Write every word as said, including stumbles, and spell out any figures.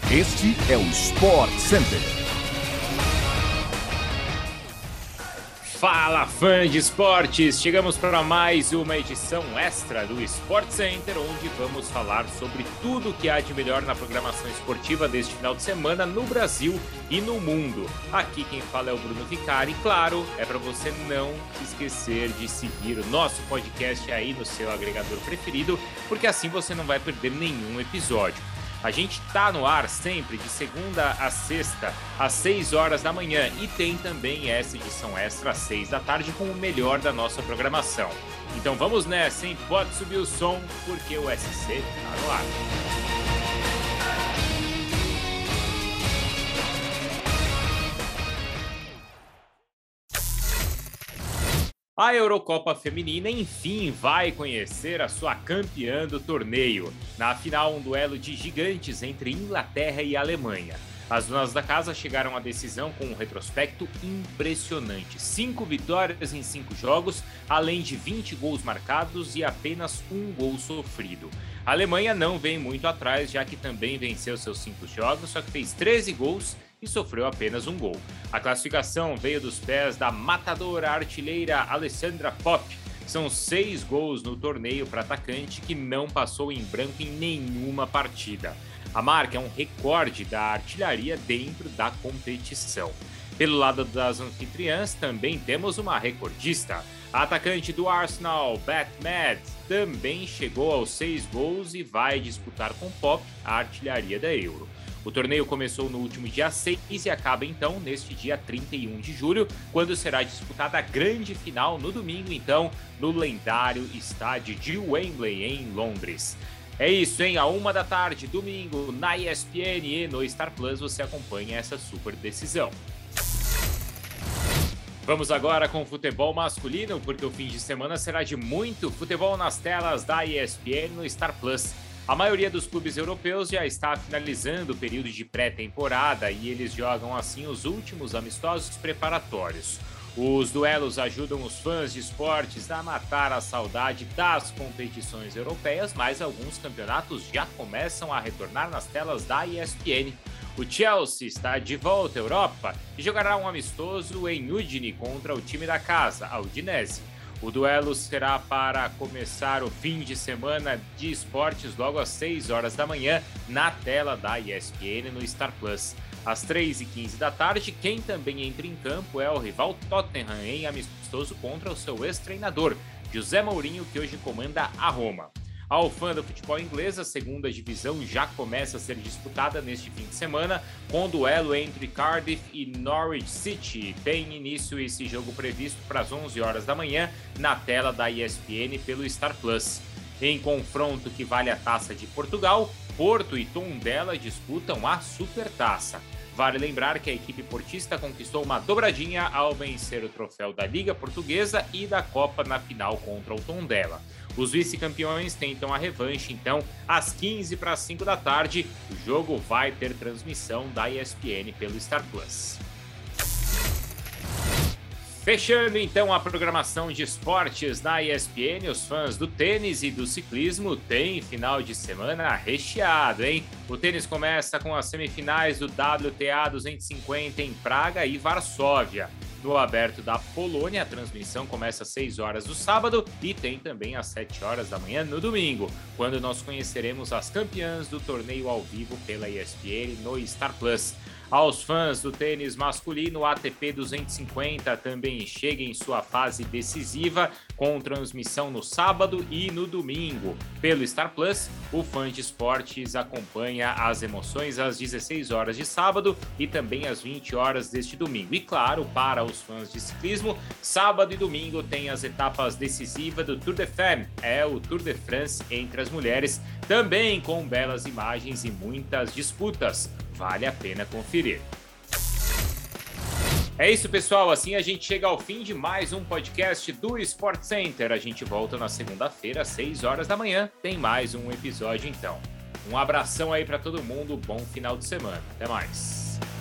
Este é o Sport Center. Fala, fã de esportes! Chegamos para mais uma edição extra do Sport Center, onde vamos falar sobre tudo que há de melhor na programação esportiva deste final de semana no Brasil e no mundo. Aqui quem fala é o Bruno Vicari. Claro, é para você não esquecer de seguir o nosso podcast aí no seu agregador preferido, porque assim você não vai perder nenhum episódio. A gente tá no ar sempre de segunda a sexta, às seis horas da manhã, e tem também essa edição extra às seis da tarde com o melhor da nossa programação. Então vamos nessa, hein? Pode subir o som, porque o S C tá no ar. A Eurocopa Feminina, enfim, vai conhecer a sua campeã do torneio. Na final, um duelo de gigantes entre Inglaterra e Alemanha. As donas da casa chegaram à decisão com um retrospecto impressionante. Cinco vitórias em cinco jogos, além de vinte gols marcados e apenas um gol sofrido. A Alemanha não vem muito atrás, já que também venceu seus cinco jogos, só que fez treze gols e sofreu apenas um gol. A classificação veio dos pés da matadora artilheira Alessandra Popp. São seis gols no torneio para atacante que não passou em branco em nenhuma partida. A marca é um recorde da artilharia dentro da competição. Pelo lado das anfitriãs, também temos uma recordista. A atacante do Arsenal, Beth Mead, também chegou aos seis gols e vai disputar com Popp a artilharia da Euro. O torneio começou no último dia seis e acaba então neste dia trinta e um de julho, quando será disputada a grande final no domingo, então, no lendário estádio de Wembley, em Londres. É isso, hein? A uma da tarde, domingo, na E S P N e no Star Plus, você acompanha essa super decisão. Vamos agora com o futebol masculino, porque o fim de semana será de muito futebol nas telas da E S P N no Star Plus. A maioria dos clubes europeus já está finalizando o período de pré-temporada e eles jogam assim os últimos amistosos preparatórios. Os duelos ajudam os fãs de esportes a matar a saudade das competições europeias, mas alguns campeonatos já começam a retornar nas telas da E S P N. O Chelsea está de volta à Europa e jogará um amistoso em Udine contra o time da casa, a Udinese. O duelo será para começar o fim de semana de esportes logo às seis horas da manhã na tela da E S P N no Star Plus. Às três e quinze da tarde, quem também entra em campo é o rival Tottenham em amistoso contra o seu ex-treinador, José Mourinho, que hoje comanda a Roma. Ao fã do futebol inglês, a segunda divisão já começa a ser disputada neste fim de semana, com o duelo entre Cardiff e Norwich City. Tem início esse jogo previsto para as onze horas da manhã na tela da E S P N pelo Star Plus. Em confronto que vale a Taça de Portugal, Porto e Tondela disputam a Supertaça. Vale lembrar que a equipe portista conquistou uma dobradinha ao vencer o troféu da Liga Portuguesa e da Copa na final contra o Tondela. Os vice-campeões tentam a revanche, então, às quinze para as cinco da tarde, o jogo vai ter transmissão da E S P N pelo Star Plus. Fechando então a programação de esportes na E S P N, os fãs do tênis e do ciclismo têm final de semana recheado, hein? O tênis começa com as semifinais do W T A duzentos e cinquenta em Praga e Varsóvia. No Aberto da Polônia, a transmissão começa às seis horas do sábado e tem também às sete horas da manhã no domingo, quando nós conheceremos as campeãs do torneio ao vivo pela E S P N no Star Plus. Aos fãs do tênis masculino, o A T P duzentos e cinquenta também chega em sua fase decisiva, com transmissão no sábado e no domingo. Pelo Star Plus, o fã de esportes acompanha as emoções às dezesseis horas de sábado e também às vinte horas deste domingo. E claro, para os fãs de ciclismo, sábado e domingo tem as etapas decisivas do Tour de Femme, é o Tour de France entre as mulheres, também com belas imagens e muitas disputas. Vale a pena conferir. É isso, pessoal. Assim a gente chega ao fim de mais um podcast do Sport Center. A gente volta na segunda-feira, às seis horas da manhã. Tem mais um episódio, então. Um abração aí para todo mundo. Bom final de semana. Até mais.